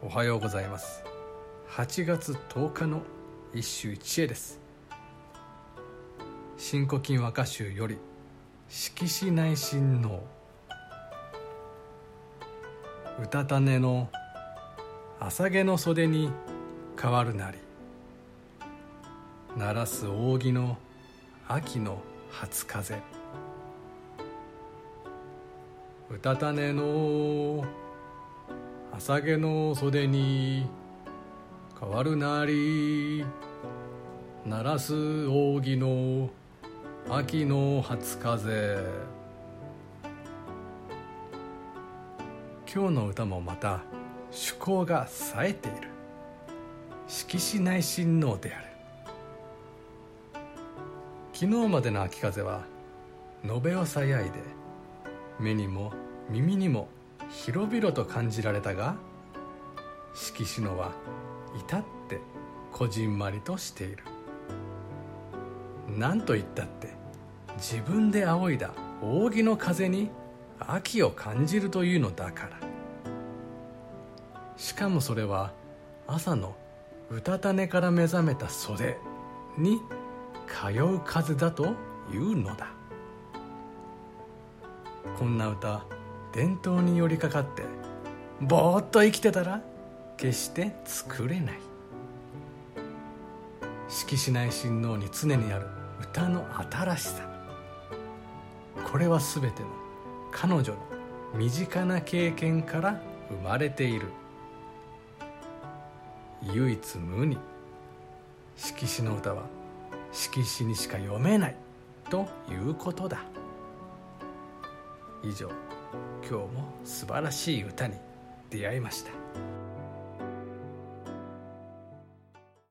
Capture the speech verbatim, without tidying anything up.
おはようございます。はちがつとおかの一首一会です。新古今和歌集より色紙内親王。うたた寝の朝毛の袖に変わるなり、鳴らす扇の秋の初風。うたた寝の朝毛の袖に変わるなり、鳴らす扇の秋の初風。今日の歌もまた趣向が冴えている色紙内親王である。昨日までの秋風は延べをさやいで目にも耳にも広々と感じられたが、色紙のは至ってこじんまりとしている。なんといったって自分で仰いだ扇の風に秋を感じるというのだから。しかもそれは朝のうたた寝から目覚めた袖に通う風だというのだ。こんな歌、伝統に寄りかかってぼーっと生きてたら決して作れない。色紙内親王に常にある歌の新しさ、これは全ての彼女の身近な経験から生まれている。唯一無二、色紙の歌は色紙にしか読めないということだ。以上、今日も素晴らしい歌に出会いました。